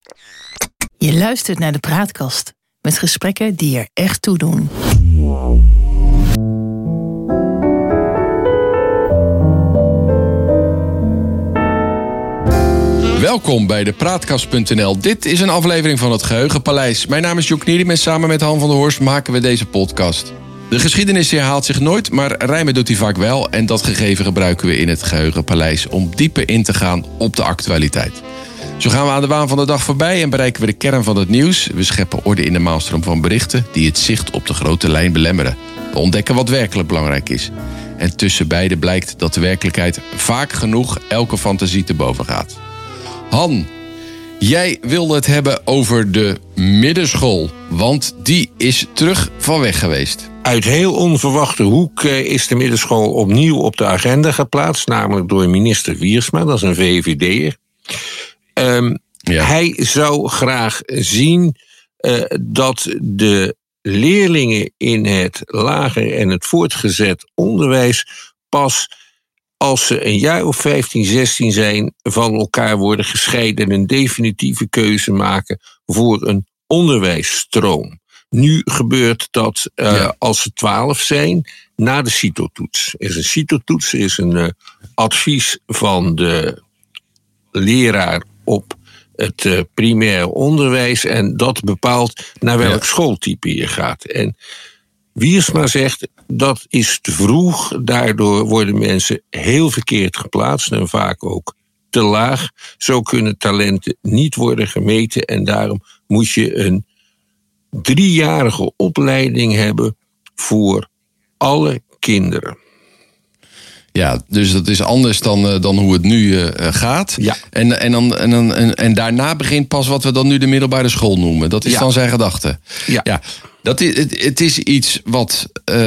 Je luistert naar de Praatkast, met gesprekken die er echt toe doen. Welkom bij de Praatkast.nl. Dit is een aflevering van het Geheugenpaleis. Mijn naam is Joep Nierim en samen met Han van der Horst maken we deze podcast. De geschiedenis herhaalt zich nooit, maar rijmen doet hij vaak wel. En dat gegeven gebruiken we in het Geheugenpaleis om dieper in te gaan op de actualiteit. Zo gaan we aan de waan van de dag voorbij en bereiken we de kern van het nieuws. We scheppen orde in de maalstroom van berichten die het zicht op de grote lijn belemmeren. We ontdekken wat werkelijk belangrijk is. En tussen beide blijkt dat de werkelijkheid vaak genoeg elke fantasie te boven gaat. Han, jij wilde het hebben over de middenschool, want die is terug van weg geweest. Uit heel onverwachte hoek is de middenschool opnieuw op de agenda geplaatst, namelijk door minister Wiersma, dat is een VVD'er. Hij zou graag zien dat de leerlingen in het lager en het voortgezet onderwijs pas als ze een jaar of 15, 16 zijn, van elkaar worden gescheiden en een definitieve keuze maken voor een onderwijsstroom. Nu gebeurt dat als ze 12 zijn, na de CITO-toets. Een CITO-toets is een advies van de leraar op het primair onderwijs en dat bepaalt naar welk schooltype je gaat. En Wiersma zegt, dat is te vroeg, daardoor worden mensen heel verkeerd geplaatst en vaak ook te laag. Zo kunnen talenten niet worden gemeten en daarom moet je een 3-jarige opleiding hebben voor alle kinderen. Ja, dus dat is anders dan hoe het nu gaat. Ja. En daarna begint pas wat we dan nu de middelbare school noemen. Dat is dan zijn gedachte. Ja. Het is iets wat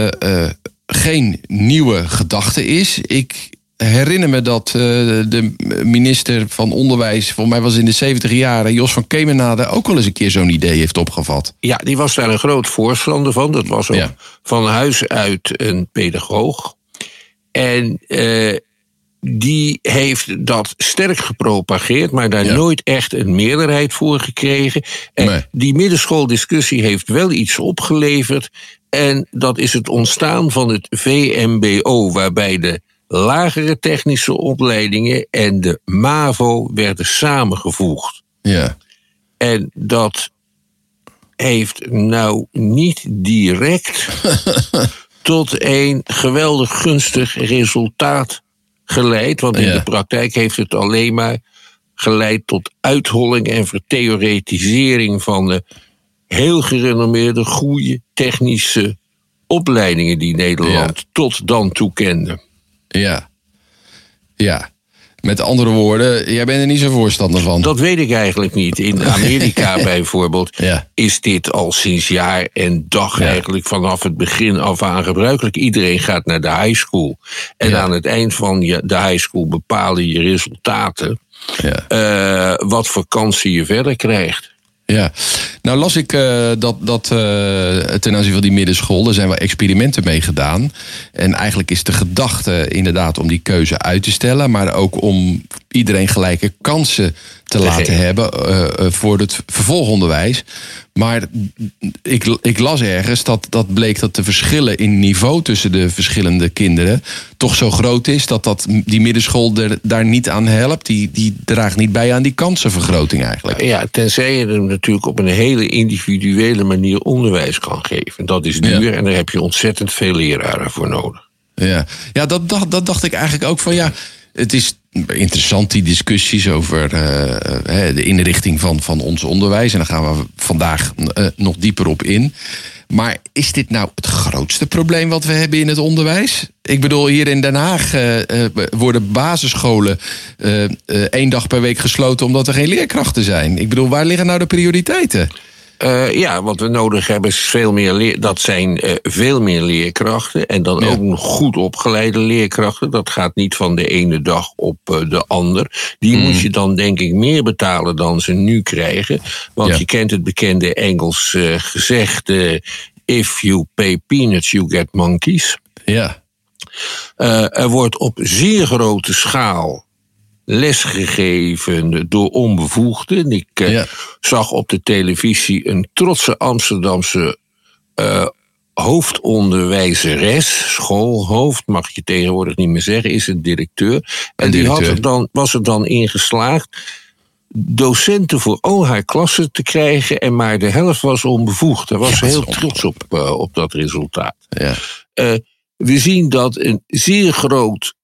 geen nieuwe gedachte is. Ik herinner me dat de minister van Onderwijs, volgens mij was in de 70 jaren, Jos van Kemenade, ook wel eens een keer zo'n idee heeft opgevat. Ja, die was daar een groot voorstander van. Dat was ook van huis uit een pedagoog. En die heeft dat sterk gepropageerd, maar daar nooit echt een meerderheid voor gekregen. En die middensschooldiscussie heeft wel iets opgeleverd. En dat is het ontstaan van het VMBO, waarbij de lagere technische opleidingen en de MAVO werden samengevoegd. Ja. En dat heeft nou niet direct tot een geweldig gunstig resultaat geleid. Want in de praktijk heeft het alleen maar geleid tot uitholling en vertheoretisering van de heel gerenommeerde, goede technische opleidingen die Nederland tot dan toe kende. Ja. Met andere woorden, jij bent er niet zo voorstander van. Dat weet ik eigenlijk niet. In Amerika bijvoorbeeld is dit al sinds jaar en dag eigenlijk vanaf het begin af aan gebruikelijk. Iedereen gaat naar de high school. En aan het eind van de high school bepalen je resultaten wat voor kansen je verder krijgt. Ja, nou las ik dat ten aanzien van die middenschool, er zijn wel experimenten mee gedaan. En eigenlijk is de gedachte inderdaad om die keuze uit te stellen, maar ook om iedereen gelijke kansen te laten hebben voor het vervolgonderwijs. Maar ik las ergens dat bleek dat de verschillen in niveau tussen de verschillende kinderen toch zo groot is dat die middenschool daar niet aan helpt. Die draagt niet bij aan die kansenvergroting eigenlijk. Ja, tenzij je hem natuurlijk op een hele individuele manier onderwijs kan geven. Dat is duur en daar heb je ontzettend veel leraren voor nodig. Ja, dat dacht ik eigenlijk ook van het is interessant, die discussies over de inrichting van ons onderwijs. En daar gaan we vandaag nog dieper op in. Maar is dit nou het grootste probleem wat we hebben in het onderwijs? Ik bedoel, hier in Den Haag worden basisscholen 1 dag per week gesloten omdat er geen leerkrachten zijn. Ik bedoel, waar liggen nou de prioriteiten? Wat we nodig hebben is veel meer leerkrachten. En dan ook nog goed opgeleide leerkrachten. Dat gaat niet van de ene dag op de ander. Die moet je dan denk ik meer betalen dan ze nu krijgen. Want je kent het bekende Engels gezegde: if you pay peanuts, you get monkeys. Ja. Er wordt op zeer grote schaal lesgegeven door onbevoegden. Ik zag op de televisie een trotse Amsterdamse hoofdonderwijzeres, schoolhoofd, mag je tegenwoordig niet meer zeggen, is een directeur. En die was er dan in geslaagd docenten voor al haar klassen te krijgen en maar de helft was onbevoegd. Daar was ze heel trots op dat resultaat. Ja. We zien dat een zeer groot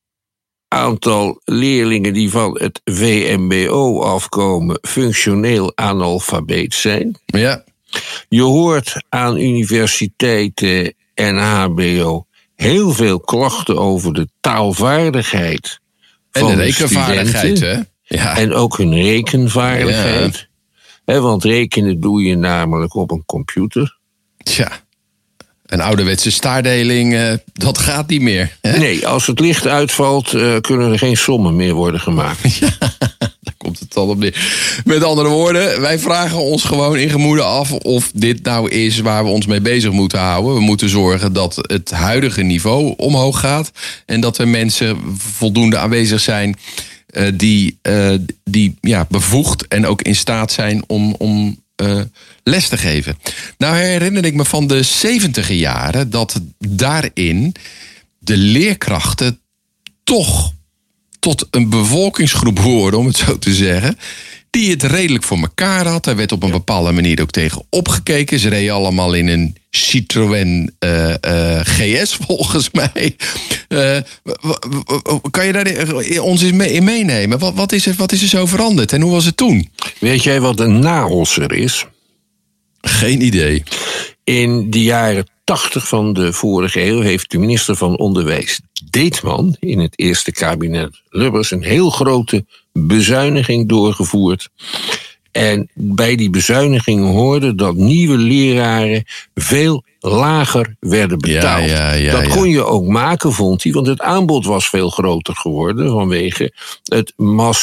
aantal leerlingen die van het VMBO afkomen functioneel analfabeet zijn. Ja. Je hoort aan universiteiten en HBO heel veel klachten over de taalvaardigheid van en de rekenvaardigheid, hè? Ja. En ook hun rekenvaardigheid. Ja. Want rekenen doe je namelijk op een computer. Tja, een ouderwetse staardeling, dat gaat niet meer. Hè? Nee, als het licht uitvalt, kunnen er geen sommen meer worden gemaakt. Ja, daar komt het dan op neer. Met andere woorden, wij vragen ons gewoon in gemoede af of dit nou is waar we ons mee bezig moeten houden. We moeten zorgen dat het huidige niveau omhoog gaat en dat er mensen voldoende aanwezig zijn die bevoegd en ook in staat zijn om les te geven. Nou herinner ik me van de 70e jaren dat daarin de leerkrachten toch tot een bevolkingsgroep hoorden, om het zo te zeggen, die het redelijk voor elkaar had. Daar werd op een bepaalde manier ook tegen opgekeken. Ze reden allemaal in een Citroën GS, volgens mij. Kan je daar ons eens in meenemen? Wat is er zo veranderd en hoe was het toen? Weet jij wat een naosser is? Geen idee. In de jaren 80 van de vorige eeuw heeft de minister van Onderwijs Deetman in het eerste kabinet Lubbers een heel grote bezuiniging doorgevoerd. En bij die bezuiniging hoorde dat nieuwe leraren veel lager werden betaald. Dat kon je ook maken, vond hij, want het aanbod was veel groter geworden vanwege het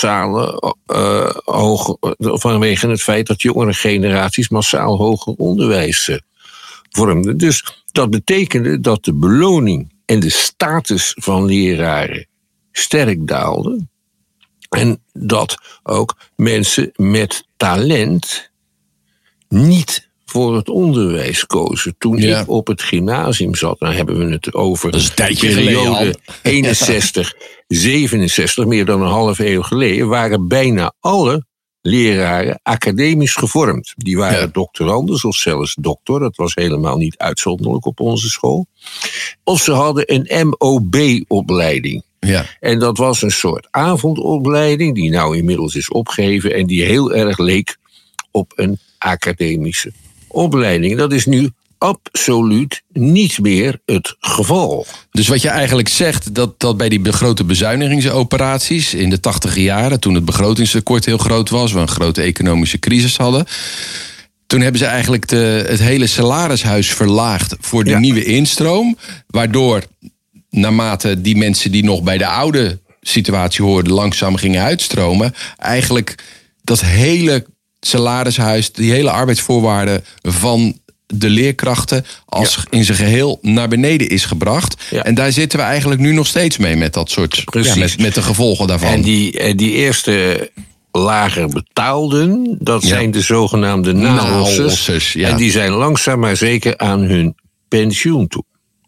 vanwege het feit dat jongere generaties massaal hoger onderwijs vormden. Dus dat betekende dat de beloning en de status van leraren sterk daalde. En dat ook mensen met talent niet voor het onderwijs kozen. Toen ik op het gymnasium zat, dan hebben we het over dat is een tijdje de periode geleden, 61, 67, meer dan een half eeuw geleden, waren bijna alle leraren academisch gevormd. Die waren doctorandus of zelfs doctor. Dat was helemaal niet uitzonderlijk op onze school. Of ze hadden een MOB-opleiding. Ja. En dat was een soort avondopleiding die nou inmiddels is opgeheven en die heel erg leek op een academische opleiding. Dat is nu absoluut niet meer het geval. Dus wat je eigenlijk zegt, dat bij die grote bezuinigingsoperaties in de 80e jaren, toen het begrotingstekort heel groot was, we een grote economische crisis hadden, toen hebben ze eigenlijk het hele salarishuis verlaagd voor de nieuwe instroom, waardoor naarmate die mensen die nog bij de oude situatie hoorden langzaam gingen uitstromen, eigenlijk dat hele salarishuis, die hele arbeidsvoorwaarden van de leerkrachten als in zijn geheel naar beneden is gebracht. Ja. En daar zitten we eigenlijk nu nog steeds mee met dat soort, met de gevolgen daarvan. En die eerste lager betaalden, dat zijn de zogenaamde nahossers. Ja. En die zijn langzaam maar zeker aan hun pensioen toe.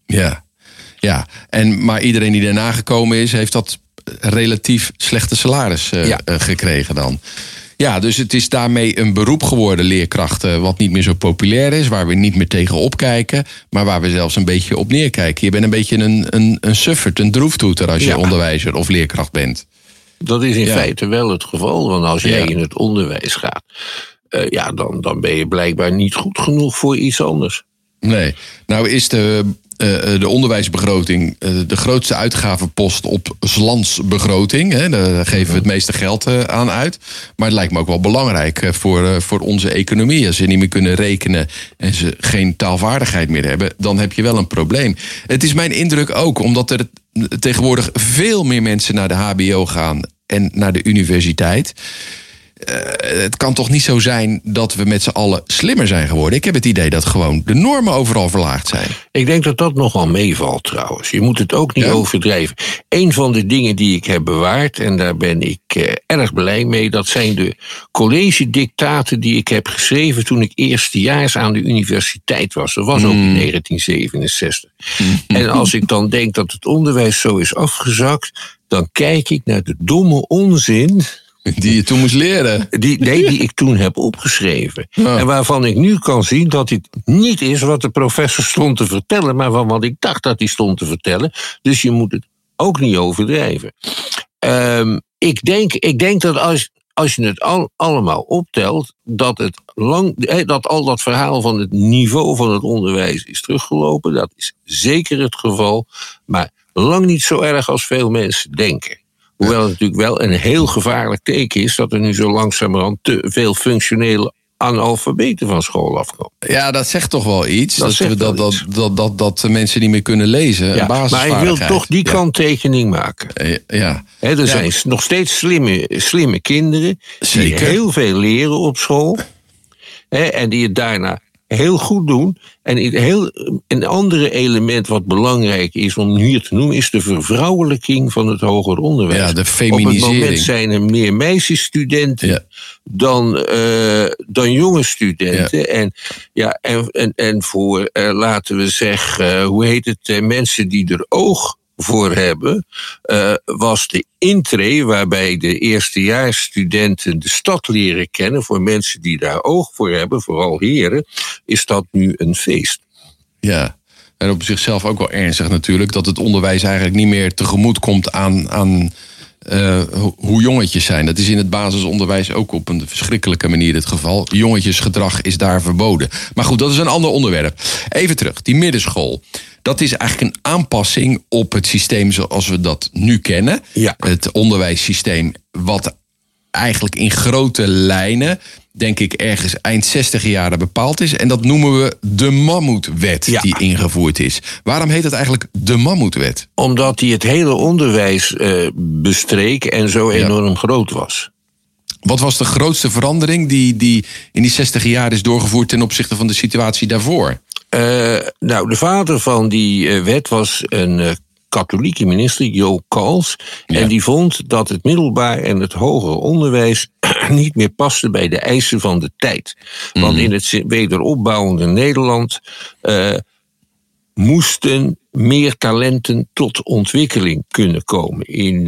Ja. Maar iedereen die daarna gekomen is, heeft dat relatief slechte salaris gekregen dan. Ja, dus het is daarmee een beroep geworden, leerkrachten, wat niet meer zo populair is, waar we niet meer tegen opkijken, maar waar we zelfs een beetje op neerkijken. Je bent een beetje een sufferd, een droeftoeter als je onderwijzer of leerkracht bent. Dat is in feite wel het geval, want als jij in het onderwijs gaat, dan ben je blijkbaar niet goed genoeg voor iets anders. Nee, nou is de onderwijsbegroting de grootste uitgavenpost op 's lands begroting. Hè. Daar geven we het meeste geld aan uit. Maar het lijkt me ook wel belangrijk voor onze economie. Als ze niet meer kunnen rekenen en ze geen taalvaardigheid meer hebben, dan heb je wel een probleem. Het is mijn indruk ook, omdat er tegenwoordig veel meer mensen naar de HBO gaan en naar de universiteit. het kan toch niet zo zijn dat we met z'n allen slimmer zijn geworden? Ik heb het idee dat gewoon de normen overal verlaagd zijn. Ik denk dat dat nogal meevalt trouwens. Je moet het ook niet overdrijven. Een van de dingen die ik heb bewaard, en daar ben ik erg blij mee, dat zijn de collegedictaten die ik heb geschreven toen ik eerstejaars aan de universiteit was. Dat was ook in 1967. En als ik dan denk dat het onderwijs zo is afgezakt, dan kijk ik naar de domme onzin Die je toen moest leren. Die ik toen heb opgeschreven. Ja. En waarvan ik nu kan zien dat dit niet is wat de professor stond te vertellen, maar van wat ik dacht dat hij stond te vertellen. Dus je moet het ook niet overdrijven. Ik denk dat als je het allemaal optelt, dat al dat verhaal van het niveau van het onderwijs is teruggelopen. Dat is zeker het geval, maar lang niet zo erg als veel mensen denken. Hoewel het natuurlijk wel een heel gevaarlijk teken is dat er nu zo langzamerhand te veel functionele analfabeten van school afkomen. Ja, dat zegt toch wel iets. Dat mensen niet meer kunnen lezen. Ja, maar ik wil toch die kanttekening maken. Ja. Er zijn nog steeds slimme kinderen die heel veel leren op school. En die het daarna heel goed doen. En een andere element wat belangrijk is om hier te noemen, is de vervrouwelijking van het hoger onderwijs. Ja, de feminisering. Op het moment zijn er meer meisjesstudenten dan jonge studenten. Ja. En voor, laten we zeggen, hoe heet het, mensen die er oog voor hebben, was de intree waarbij de eerstejaarsstudenten de stad leren kennen. Voor mensen die daar oog voor hebben, vooral heren, is dat nu een feest. Ja, en op zichzelf ook wel ernstig natuurlijk, dat het onderwijs eigenlijk niet meer tegemoet komt aan hoe jongetjes zijn. Dat is in het basisonderwijs ook op een verschrikkelijke manier het geval. Jongetjesgedrag is daar verboden. Maar goed, dat is een ander onderwerp. Even terug, die middenschool. Dat is eigenlijk een aanpassing op het systeem zoals we dat nu kennen. Ja. Het onderwijssysteem wat eigenlijk in grote lijnen, denk ik, ergens eind 60 jaren bepaald is. En dat noemen we de Mammoetwet die ingevoerd is. Waarom heet het eigenlijk de Mammoetwet? Omdat die het hele onderwijs bestreek en zo enorm groot was. Wat was de grootste verandering die in die 60 jaar is doorgevoerd ten opzichte van de situatie daarvoor? De vader van die wet was een katholieke minister, Jo Cals. Ja. En die vond dat het middelbaar en het hoger onderwijs niet meer paste bij de eisen van de tijd. Want in het wederopbouwende Nederland moesten meer talenten tot ontwikkeling kunnen komen. In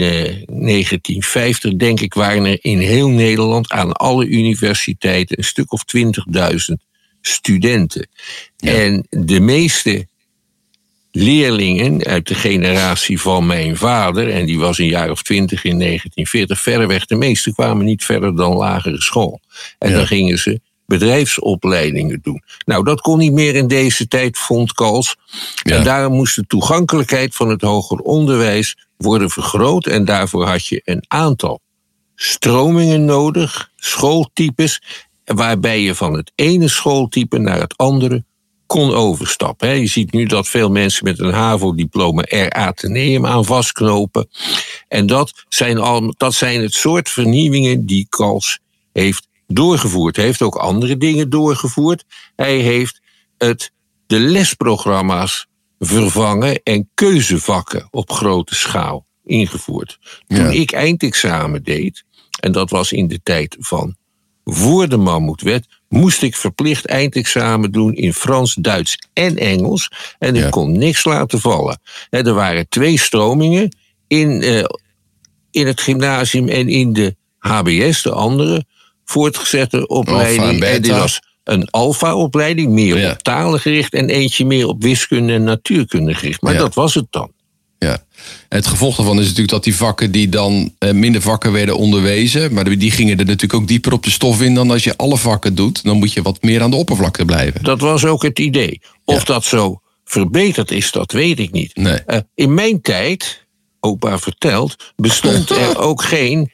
1950, denk ik, waren er in heel Nederland aan alle universiteiten een stuk of 20.000 studenten. Ja. En de meeste leerlingen uit de generatie van mijn vader, en die was een jaar of 20 in 1940, verreweg de meeste kwamen niet verder dan lagere school. En dan gingen ze bedrijfsopleidingen doen. Nou, dat kon niet meer in deze tijd, vond Cals. Ja. En daarom moest de toegankelijkheid van het hoger onderwijs worden vergroot. En daarvoor had je een aantal stromingen nodig, schooltypes, waarbij je van het ene schooltype naar het andere kon overstappen. Je ziet nu dat veel mensen met een HAVO-diploma er Atheneum aan vastknopen. En dat zijn het soort vernieuwingen die Cals heeft doorgevoerd. Hij heeft ook andere dingen doorgevoerd. Hij heeft de lesprogramma's vervangen en keuzevakken op grote schaal ingevoerd. Toen ik eindexamen deed, en dat was in de tijd van voor de Mammoetwet, moest ik verplicht eindexamen doen in Frans, Duits en Engels. En ik kon niks laten vallen. Er waren 2 stromingen in het gymnasium en in de HBS, de andere voortgezette opleiding. En dit was een alfa-opleiding, meer op talen gericht, en eentje meer op wiskunde en natuurkunde gericht. Maar dat was het dan. Ja. Het gevolg daarvan is natuurlijk dat die vakken die dan minder vakken werden onderwezen, maar die gingen er natuurlijk ook dieper op de stof in dan als je alle vakken doet. Dan moet je wat meer aan de oppervlakte blijven. Dat was ook het idee. Of dat zo verbeterd is, dat weet ik niet. Nee. In mijn tijd, opa vertelt, bestonden er ook geen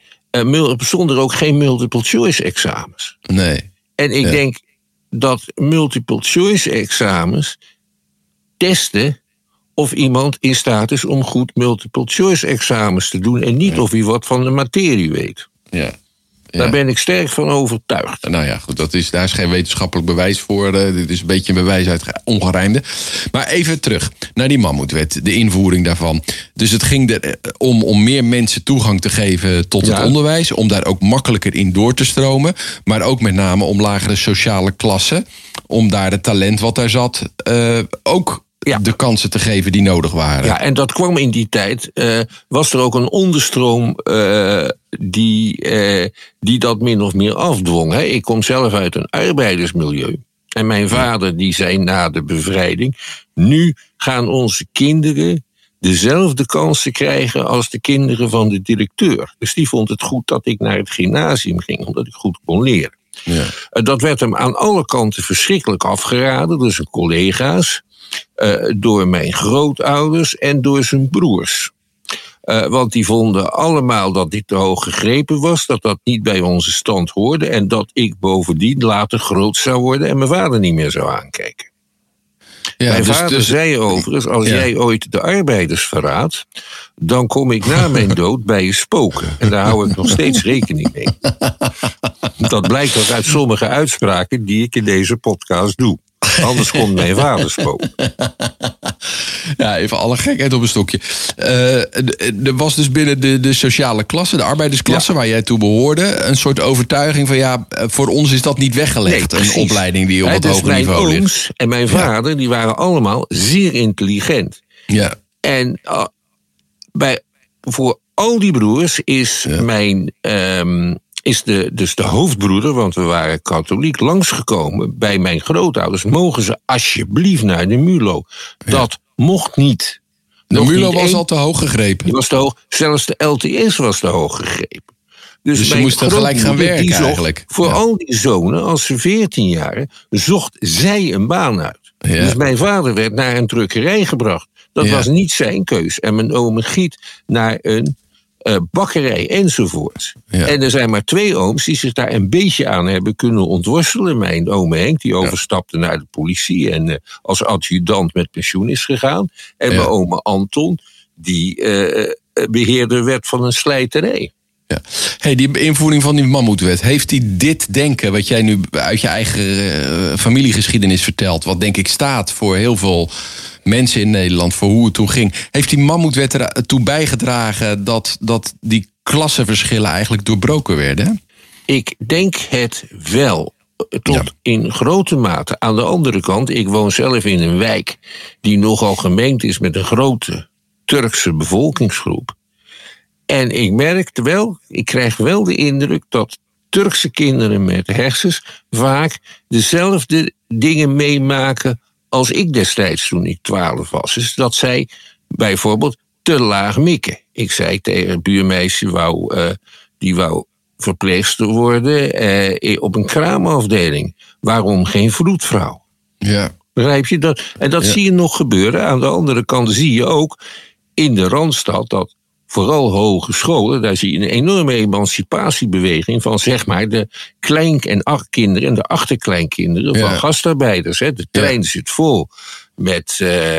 multiple choice examens. Nee. En ik denk dat multiple choice examens testen of iemand in staat is om goed multiple choice examens te doen en niet of hij wat van de materie weet. Ja. Daar ben ik sterk van overtuigd. Nou ja, goed, daar is geen wetenschappelijk bewijs voor. Dit is een beetje een bewijs uit ongerijmde. Maar even terug naar die mammoetwet, de invoering daarvan. Dus het ging om meer mensen toegang te geven tot het onderwijs, om daar ook makkelijker in door te stromen, maar ook met name om lagere sociale klassen, om daar het talent wat daar zat ook de kansen te geven die nodig waren. Ja, en dat kwam in die tijd, was er ook een onderstroom die dat min of meer afdwong. Hè. Ik kom zelf uit een arbeidersmilieu. En mijn vader die zei na de bevrijding, nu gaan onze kinderen dezelfde kansen krijgen als de kinderen van de directeur. Dus die vond het goed dat ik naar het gymnasium ging, omdat ik goed kon leren. Ja. Dat werd hem aan alle kanten verschrikkelijk afgeraden door zijn collega's, door mijn grootouders en door zijn broers. Want die vonden allemaal dat ik te hoog gegrepen was, dat dat niet bij onze stand hoorde en dat ik bovendien later groot zou worden en mijn vader niet meer zou aankijken. Ja, mijn vader zei overigens, als jij ooit de arbeiders verraadt, dan kom ik na mijn dood bij je spoken. En daar hou ik nog steeds rekening mee. Dat blijkt ook uit sommige uitspraken die ik in deze podcast doe. Anders komt mijn vader spoken. Ja, even alle gekheid op een stokje. Er was dus binnen de sociale klasse, de arbeidersklasse, waar jij toe behoorde, een soort overtuiging van voor ons is dat niet weggelegd. Nee, een opleiding die op het hoger niveau ligt. Mijn ooms en mijn vader, die waren allemaal zeer intelligent. Ja. En voor al die broers is dus de hoofdbroeder, want we waren katholiek, langsgekomen bij mijn grootouders. Mogen ze alsjeblieft naar de MULO? Dat mocht niet. De MULO was al te hoog gegrepen. Die was te hoog, zelfs de LTS was te hoog gegrepen. Dus ze moesten gelijk gaan werken eigenlijk. Voor al die zonen, als ze 14 jaar, zocht zij een baan uit. Ja. Dus mijn vader werd naar een drukkerij gebracht. Dat was niet zijn keus. En mijn oom Giet naar een bakkerij enzovoort. Ja. En er zijn maar 2 ooms die zich daar een beetje aan hebben kunnen ontworstelen. Mijn oom Henk, die overstapte naar de politie en als adjudant met pensioen is gegaan. En mijn oom Anton, die beheerder werd van een slijterij. Ja. Hey, die invoering van die mammoetwet, heeft die dit denken, wat jij nu uit je eigen familiegeschiedenis vertelt, wat denk ik staat voor heel veel mensen in Nederland, voor hoe het toen ging, heeft die mammoetwet ertoe bijgedragen dat die klassenverschillen eigenlijk doorbroken werden? Ik denk het wel. Tot in grote mate. Aan de andere kant, ik woon zelf in een wijk die nogal gemengd is met een grote Turkse bevolkingsgroep. En ik krijg wel de indruk dat Turkse kinderen met hersens vaak dezelfde dingen meemaken als ik destijds toen ik 12 was. Dus dat zij bijvoorbeeld te laag mikken. Ik zei tegen een buurmeisje, die wou verpleegster worden op een kraamafdeling. Waarom geen vroedvrouw? Ja. Begrijp je dat? En dat zie je nog gebeuren. Aan de andere kant zie je ook in de Randstad dat vooral hogescholen, daar zie je een enorme emancipatiebeweging van zeg maar de kinderen en de achterkleinkinderen van gastarbeiders. Hè. De trein zit vol met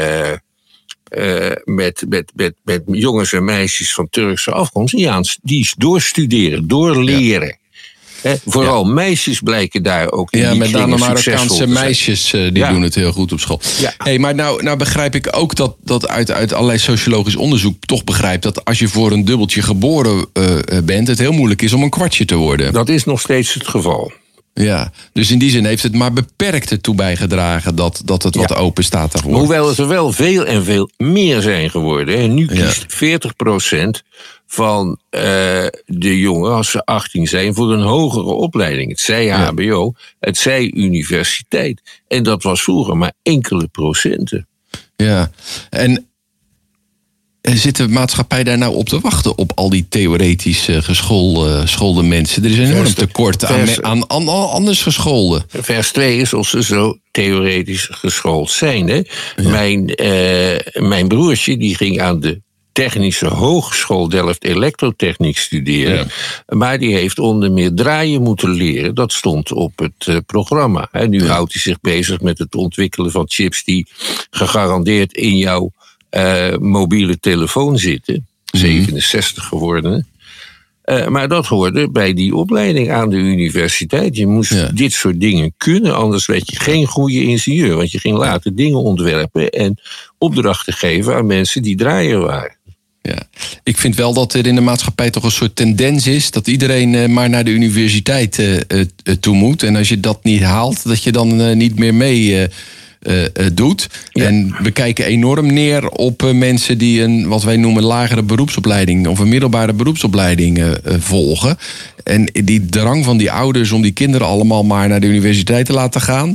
jongens en meisjes van Turkse afkomst die doorstuderen, doorleren. Ja. Vooral meisjes blijken daar ook in die met name Marokkaanse meisjes die doen het heel goed op school. Ja. Hey, maar nou begrijp ik ook dat uit allerlei sociologisch onderzoek toch begrijpt dat als je voor een dubbeltje geboren bent, het heel moeilijk is om een kwartje te worden. Dat is nog steeds het geval. Ja, dus in die zin heeft het maar beperkt ertoe bijgedragen dat het wat open staat daarvoor. Hoewel het er wel veel en veel meer zijn geworden. En nu kiest 40% van de jongeren, als ze 18 zijn, voor een hogere opleiding. Het zij HBO, het zij universiteit. En dat was vroeger maar enkele procenten. Ja, en zit de maatschappij daar nou op te wachten op al die theoretisch geschoolde mensen? Er is een enorm tekort aan anders geschoolden. Vers 2 is of ze zo theoretisch geschoold zijn. Hè? Ja. Mijn broertje die ging aan de Technische Hogeschool Delft elektrotechniek studeren. Ja. Maar die heeft onder meer draaien moeten leren. Dat stond op het programma. En nu houdt hij zich bezig met het ontwikkelen van chips die gegarandeerd in jouw mobiele telefoon zitten. 67 geworden. Maar dat hoorde bij die opleiding aan de universiteit. Je moest dit soort dingen kunnen, anders werd je geen goede ingenieur. Want je ging later dingen ontwerpen en opdrachten geven aan mensen die draaier waren. Ja, ik vind wel dat er in de maatschappij toch een soort tendens is dat iedereen maar naar de universiteit toe moet. En als je dat niet haalt, dat je dan niet meer mee doet. Ja. En we kijken enorm neer op mensen die een, wat wij noemen, lagere beroepsopleiding of een middelbare beroepsopleiding volgen. En die drang van die ouders om die kinderen allemaal maar naar de universiteit te laten gaan,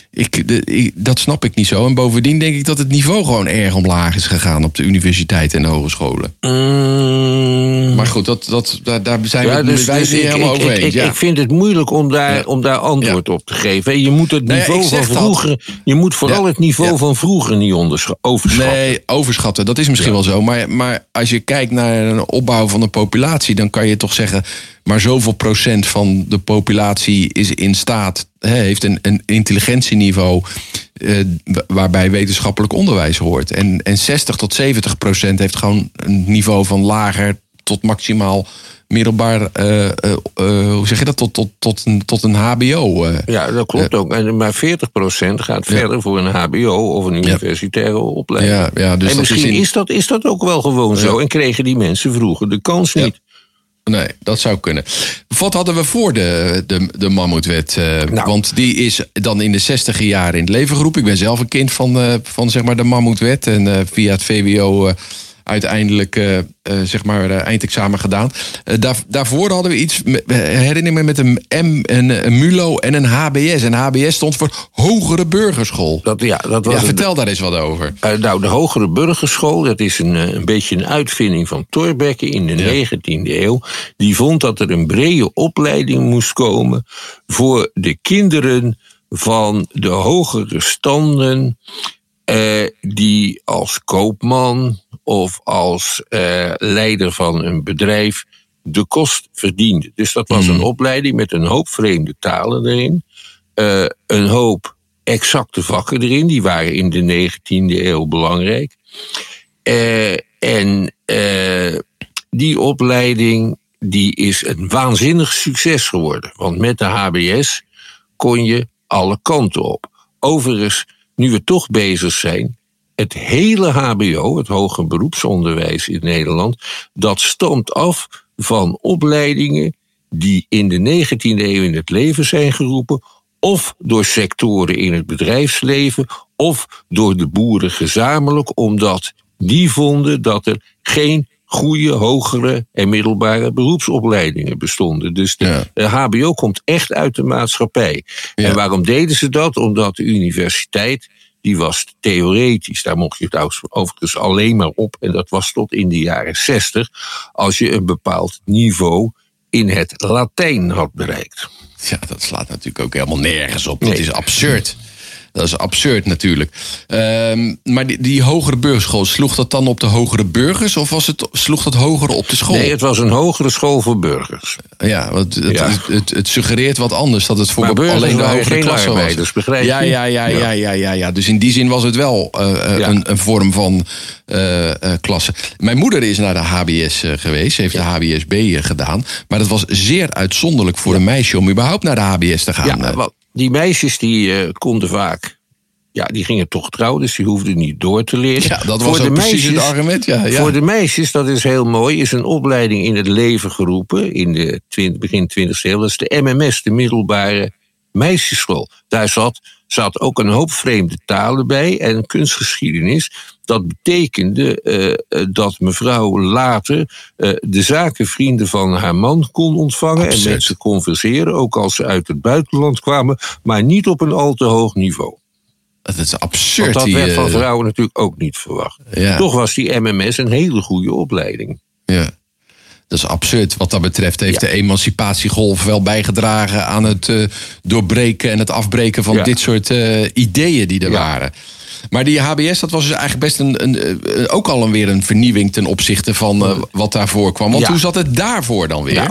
dat snap ik niet zo. En bovendien denk ik dat het niveau gewoon erg omlaag is gegaan op de universiteiten en de hogescholen. Maar goed, daar zijn we dus niet helemaal over eens. Ik vind het moeilijk om daar antwoord op te geven. Je moet het niveau van vroeger, je moet vooral het niveau van vroeger niet overschatten. Nee, overschatten, dat is misschien wel zo. Maar als je kijkt naar een opbouw van de populatie, dan kan je toch zeggen, maar zoveel procent van de populatie is in staat, heeft een intelligentieniveau waarbij wetenschappelijk onderwijs hoort. En 60 tot 70% heeft gewoon een niveau van lager tot maximaal middelbaar, hoe zeg je dat, tot een hbo. Ja, dat klopt ook. En maar 40% gaat verder voor een hbo of een universitaire opleiding. Ja, dus en misschien is dat ook wel gewoon zo. En kregen die mensen vroeger de kans niet. Nee, dat zou kunnen. Wat hadden we voor de Mammoetwet? Want die is dan in de 60e jaren in het leven geroepen. Ik ben zelf een kind van zeg maar de Mammoetwet. En via het VWO uiteindelijk eindexamen gedaan. Daarvoor hadden we iets, herinner me, met een M, een MULO en een HBS. En HBS stond voor Hogere Burgerschool. Vertel daar eens wat over. De Hogere Burgerschool, dat is een beetje een uitvinding van Thorbecke in de 19e eeuw. Die vond dat er een brede opleiding moest komen voor de kinderen van de hogere standen, die als koopman of als leider van een bedrijf de kost verdiende. Dus dat was een opleiding met een hoop vreemde talen erin. Een hoop exacte vakken erin. Die waren in de 19e eeuw belangrijk. Die opleiding die is een waanzinnig succes geworden. Want met de HBS kon je alle kanten op. Overigens, nu we toch bezig zijn, het hele HBO, het hoger beroepsonderwijs in Nederland, dat stamt af van opleidingen die in de 19e eeuw in het leven zijn geroepen, of door sectoren in het bedrijfsleven, of door de boeren gezamenlijk, omdat die vonden dat er geen goede, hogere en middelbare beroepsopleidingen bestonden. Dus de HBO komt echt uit de maatschappij. Ja. En waarom deden ze dat? Omdat de universiteit, die was theoretisch. Daar mocht je het overigens alleen maar op. En dat was tot in de jaren 60. Als je een bepaald niveau in het Latijn had bereikt. Ja, dat slaat natuurlijk ook helemaal nergens op. Dat is absurd. Dat is absurd natuurlijk. Maar die hogere burgerschool, sloeg dat dan op de hogere burgers? Of sloeg dat hoger op de school? Nee, het was een hogere school voor burgers. Ja, want het suggereert wat anders. Dat het voor alleen de hogere klasse was. Begrijp je? Ja. Dus in die zin was het wel een vorm van klasse. Mijn moeder is naar de HBS geweest. Ze heeft de HBSB gedaan. Maar dat was zeer uitzonderlijk voor een meisje om überhaupt naar de HBS te gaan. Ja, die meisjes die konden vaak, die gingen toch trouwen, dus die hoefden niet door te leren. Ja, dat was ook precies het argument. Ja. Voor de meisjes, dat is heel mooi, is een opleiding in het leven geroepen in de begin 20e eeuw. Dat is de MMS, de middelbare meisjesschool. Daar zat ook een hoop vreemde talen bij en kunstgeschiedenis. Dat betekende dat mevrouw later de zakenvrienden van haar man kon ontvangen. Absurd. En met ze converseren, ook als ze uit het buitenland kwamen, maar niet op een al te hoog niveau. Dat is absurd. Want dat werd van vrouwen natuurlijk ook niet verwacht. Ja. Toch was die MMS een hele goede opleiding. Ja. Dat is absurd. Wat dat betreft heeft de emancipatiegolf wel bijgedragen aan het doorbreken en het afbreken van dit soort ideeën die er waren. Maar die HBS, dat was dus eigenlijk best ook alweer een vernieuwing ten opzichte van wat daarvoor kwam. Want hoe zat het daarvoor dan weer?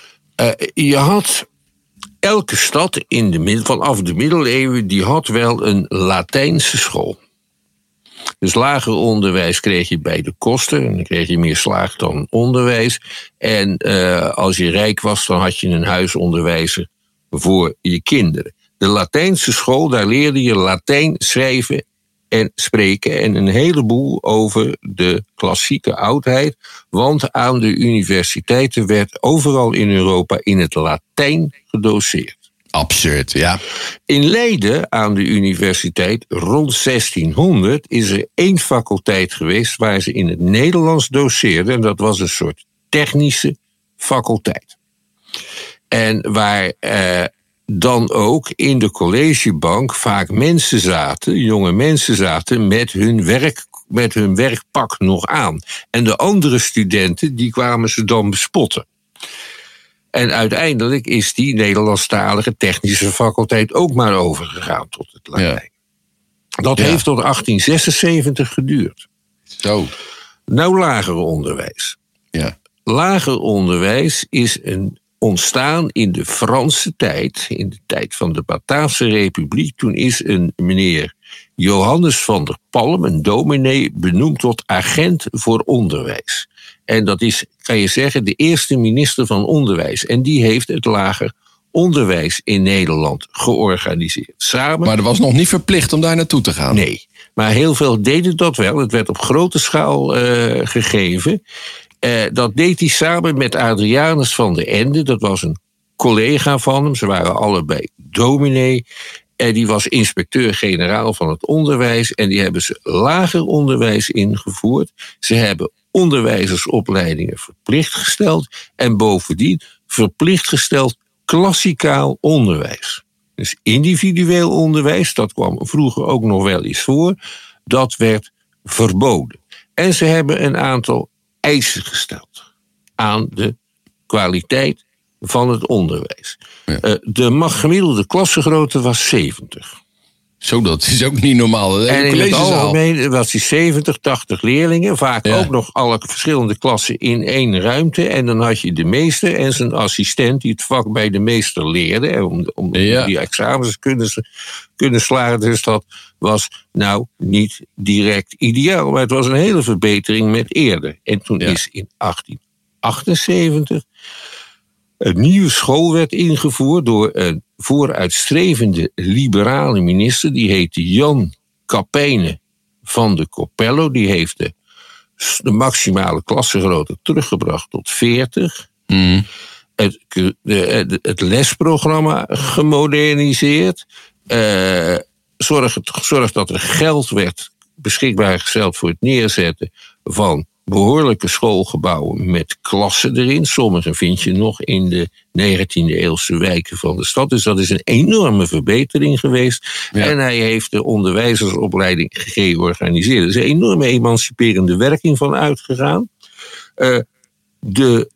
Je had elke stad vanaf de middeleeuwen, die had wel een Latijnse school. Dus lager onderwijs kreeg je bij de kosten. En dan kreeg je meer slaag dan onderwijs. En als je rijk was, dan had je een huisonderwijzer voor je kinderen. De Latijnse school, daar leerde je Latijn schrijven en spreken. En een heleboel over de klassieke oudheid. Want aan de universiteiten werd overal in Europa in het Latijn gedoceerd. Absurd, ja. In Leiden aan de universiteit rond 1600 is er 1 faculteit geweest waar ze in het Nederlands doceerden. En dat was een soort technische faculteit. En waar dan ook in de collegebank vaak mensen zaten, jonge mensen zaten met hun werkpak nog aan. En de andere studenten, die kwamen ze dan bespotten. En uiteindelijk is die Nederlandstalige technische faculteit ook maar overgegaan tot het Latijn. Ja. Dat heeft tot 1876 geduurd. Zo. Nou, lager onderwijs. Ja. Lager onderwijs is ontstaan in de Franse tijd, in de tijd van de Bataafse Republiek. Toen is een meneer Johannes van der Palm, een dominee, benoemd tot agent voor onderwijs. En dat is, kan je zeggen, de eerste minister van Onderwijs. En die heeft het lager onderwijs in Nederland georganiseerd. Samen. Maar er was nog niet verplicht om daar naartoe te gaan. Nee, maar heel veel deden dat wel. Het werd op grote schaal gegeven. Dat deed hij samen met Adrianus van der Ende. Dat was een collega van hem. Ze waren allebei dominee. Die was inspecteur-generaal van het onderwijs. En die hebben ze lager onderwijs ingevoerd. Ze hebben onderwijzersopleidingen verplicht gesteld. En bovendien verplicht gesteld klassikaal onderwijs. Dus individueel onderwijs, dat kwam vroeger ook nog wel eens voor. Dat werd verboden. En ze hebben een aantal eisen gesteld aan de kwaliteit van het onderwijs. Ja. De gemiddelde klassengrootte was 70. Zo, dat is ook niet normaal. En in het algemeen was die 70, 80 leerlingen. Vaak ook nog alle verschillende klassen in 1 ruimte. En dan had je de meester en zijn assistent die het vak bij de meester leerde. Om die examens kunnen slagen. Dus dat was nou niet direct ideaal. Maar het was een hele verbetering met eerder. En toen is in 1878 een nieuwe schoolwet ingevoerd door een vooruitstrevende liberale minister. Die heette Jan Capene van de Coppello. Die heeft de maximale klassengrootte teruggebracht tot 40. Mm. Het lesprogramma gemoderniseerd. Zorg dat er geld werd beschikbaar gesteld voor het neerzetten van behoorlijke schoolgebouwen met klassen erin. Sommige vind je nog in de 19e-eeuwse wijken van de stad. Dus dat is een enorme verbetering geweest. Ja. En hij heeft de onderwijzersopleiding georganiseerd. Er is een enorme emanciperende werking van uitgegaan. De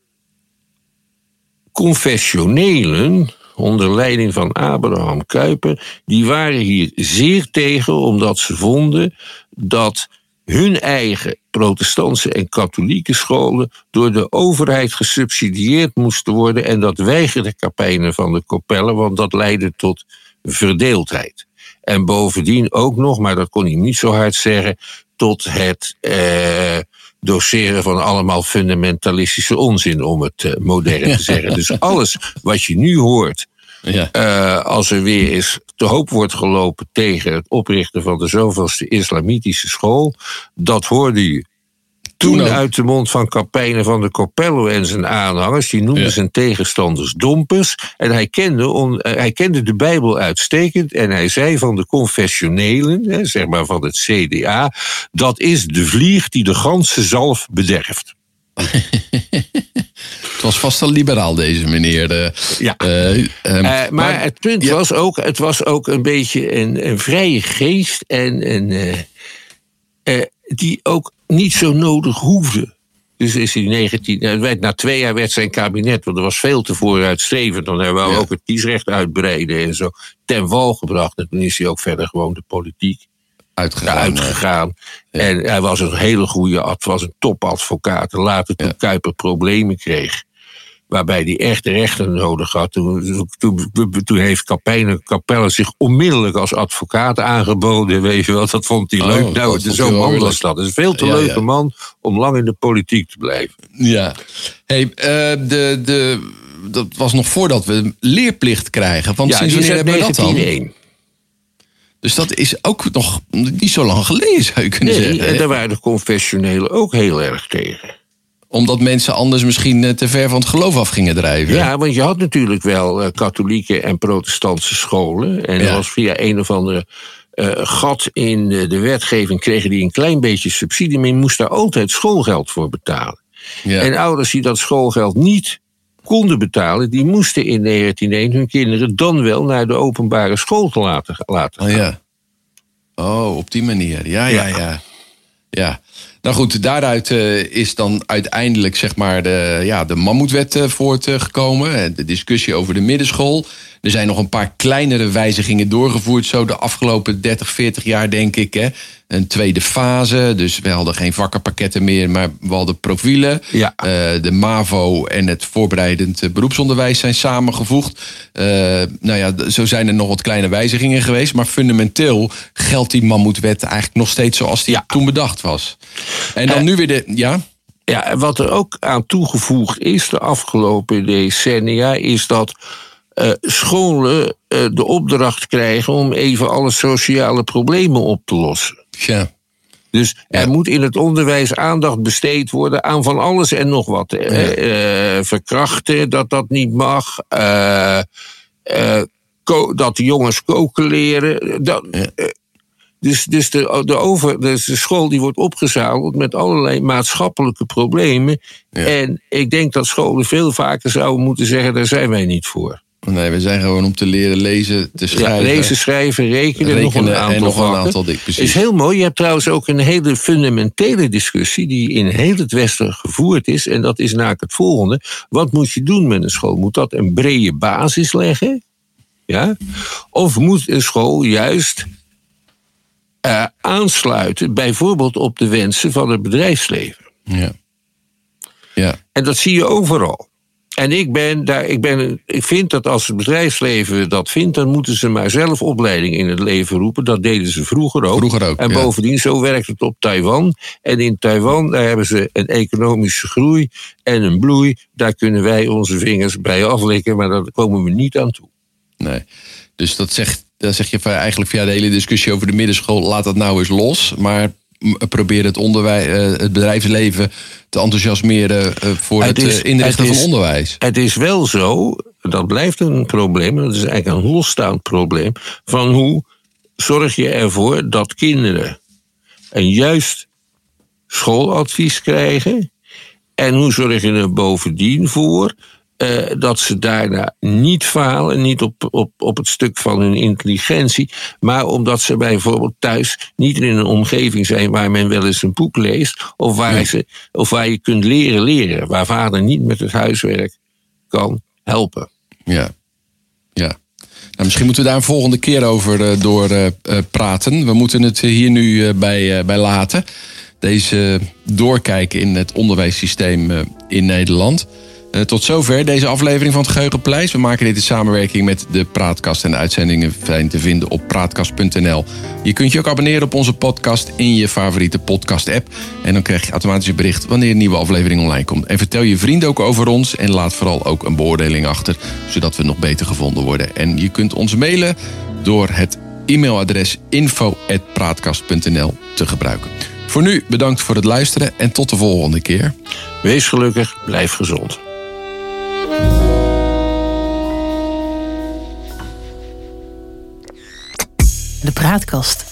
confessionelen onder leiding van Abraham Kuyper, die waren hier zeer tegen, omdat ze vonden dat hun eigen protestantse en katholieke scholen door de overheid gesubsidieerd moesten worden. En dat weigerde Capene van de Coppello, want dat leidde tot verdeeldheid. En bovendien ook nog, maar dat kon hij niet zo hard zeggen, tot het doseren van allemaal fundamentalistische onzin, om het modern te zeggen. Dus alles wat je nu hoort, als er weer eens te hoop wordt gelopen tegen het oprichten van de zoveelste islamitische school, dat hoorde je toen uit de mond van Capene van de Coppello en zijn aanhangers. Die noemden zijn tegenstanders dompers. En hij kende de Bijbel uitstekend. En hij zei van de confessionelen, zeg maar van het CDA, dat is de vlieg die de ganse zalf bederft. Het was vast al liberaal, deze meneer. Maar het punt was ook, het was ook een beetje een vrije geest en die ook niet zo nodig hoefde. Dus is hij na 2 jaar werd zijn kabinet, want er was veel te vooruitstrevend, dan hebben we ook het kiesrecht uitbreiden en zo, ten wal gebracht. En toen is hij ook verder gewoon de politiek uitgegaan. Ja. En hij was een hele goede, was een topadvocaat. Later toen Kuyper problemen kreeg waarbij hij echt de rechter nodig had. Toen heeft Capelle zich onmiddellijk als advocaat aangeboden. Weet je wel, dat vond hij leuk. Nou, zo'n man was dat. Het is een veel te leuke man om lang in de politiek te blijven. Ja. Hey, dat was nog voordat we leerplicht krijgen. Want sinds wanneer hebben we dat dan? 1901. Dus dat is ook nog niet zo lang geleden, zou je kunnen zeggen. En daar waren de confessionelen ook heel erg tegen. Omdat mensen anders misschien te ver van het geloof af gingen drijven. Ja, want je had natuurlijk wel katholieke en protestantse scholen. En er was via een of andere gat in de wetgeving kregen die een klein beetje subsidie, maar je moest daar altijd schoolgeld voor betalen. Ja. En ouders die dat schoolgeld niet konden betalen, die moesten in 1901 hun kinderen dan wel naar de openbare school te laten gaan. Op die manier. Ja. Nou goed, daaruit is dan uiteindelijk zeg maar de Mammoetwet voortgekomen. De discussie over de middenschool. Er zijn nog een paar kleinere wijzigingen doorgevoerd zo de afgelopen 30, 40 jaar, denk ik. Hè. Een tweede fase, dus we hadden geen vakkenpakketten meer, maar we hadden profielen. Ja. De MAVO en het voorbereidend beroepsonderwijs zijn samengevoegd. Zo zijn er nog wat kleine wijzigingen geweest. Maar fundamenteel geldt die Mammoetwet eigenlijk nog steeds zoals die toen bedacht was. En dan nu weer Ja, wat er ook aan toegevoegd is de afgelopen decennia, is dat scholen de opdracht krijgen om even alle sociale problemen op te lossen. Ja. Dus er moet in het onderwijs aandacht besteed worden aan van alles en nog wat. Verkrachten, dat niet mag. Dat de jongens koken leren. Dus de school die wordt opgezadeld met allerlei maatschappelijke problemen. Ja. En ik denk dat scholen veel vaker zouden moeten zeggen, daar zijn wij niet voor. Nee, we zijn gewoon om te leren lezen, te schrijven. Ja, lezen, schrijven, rekenen nog een aantal dingen. Precies. Is heel mooi. Je hebt trouwens ook een hele fundamentele discussie die in heel het Westen gevoerd is. En dat is namelijk het volgende. Wat moet je doen met een school? Moet dat een brede basis leggen? Ja? Of moet een school juist aansluiten, bijvoorbeeld op de wensen van het bedrijfsleven? Ja. En dat zie je overal. En ik vind dat als het bedrijfsleven dat vindt, dan moeten ze maar zelf opleiding in het leven roepen. Dat deden ze vroeger ook. En bovendien, zo werkt het op Taiwan. En in Taiwan, daar hebben ze een economische groei en een bloei. Daar kunnen wij onze vingers bij aflikken, maar daar komen we niet aan toe. Nee, dus dan zeg je eigenlijk via de hele discussie over de middenschool, laat dat nou eens los. Maar probeer het bedrijfsleven te enthousiasmeren voor het inrichten van onderwijs. Het is wel zo, dat blijft een probleem, dat is eigenlijk een losstaand probleem, van hoe zorg je ervoor dat kinderen een juist schooladvies krijgen en hoe zorg je er bovendien voor dat ze daarna niet falen, niet op het stuk van hun intelligentie, maar omdat ze bijvoorbeeld thuis niet in een omgeving zijn waar men wel eens een boek leest, of waar je kunt leren, waar vader niet met het huiswerk kan helpen. Ja. Nou, misschien moeten we daar een volgende keer over praten. We moeten het hier nu bij laten. Deze doorkijken in het onderwijssysteem in Nederland. Tot zover deze aflevering van het Geheugenpaleis. We maken dit in samenwerking met de Praatkast. En de uitzendingen zijn te vinden op praatkast.nl. Je kunt je ook abonneren op onze podcast in je favoriete podcast-app. En dan krijg je automatisch een bericht wanneer een nieuwe aflevering online komt. En vertel je vrienden ook over ons. En laat vooral ook een beoordeling achter, zodat we nog beter gevonden worden. En je kunt ons mailen door het e-mailadres info@praatkast.nl te gebruiken. Voor nu bedankt voor het luisteren en tot de volgende keer. Wees gelukkig, blijf gezond. De Praatkast.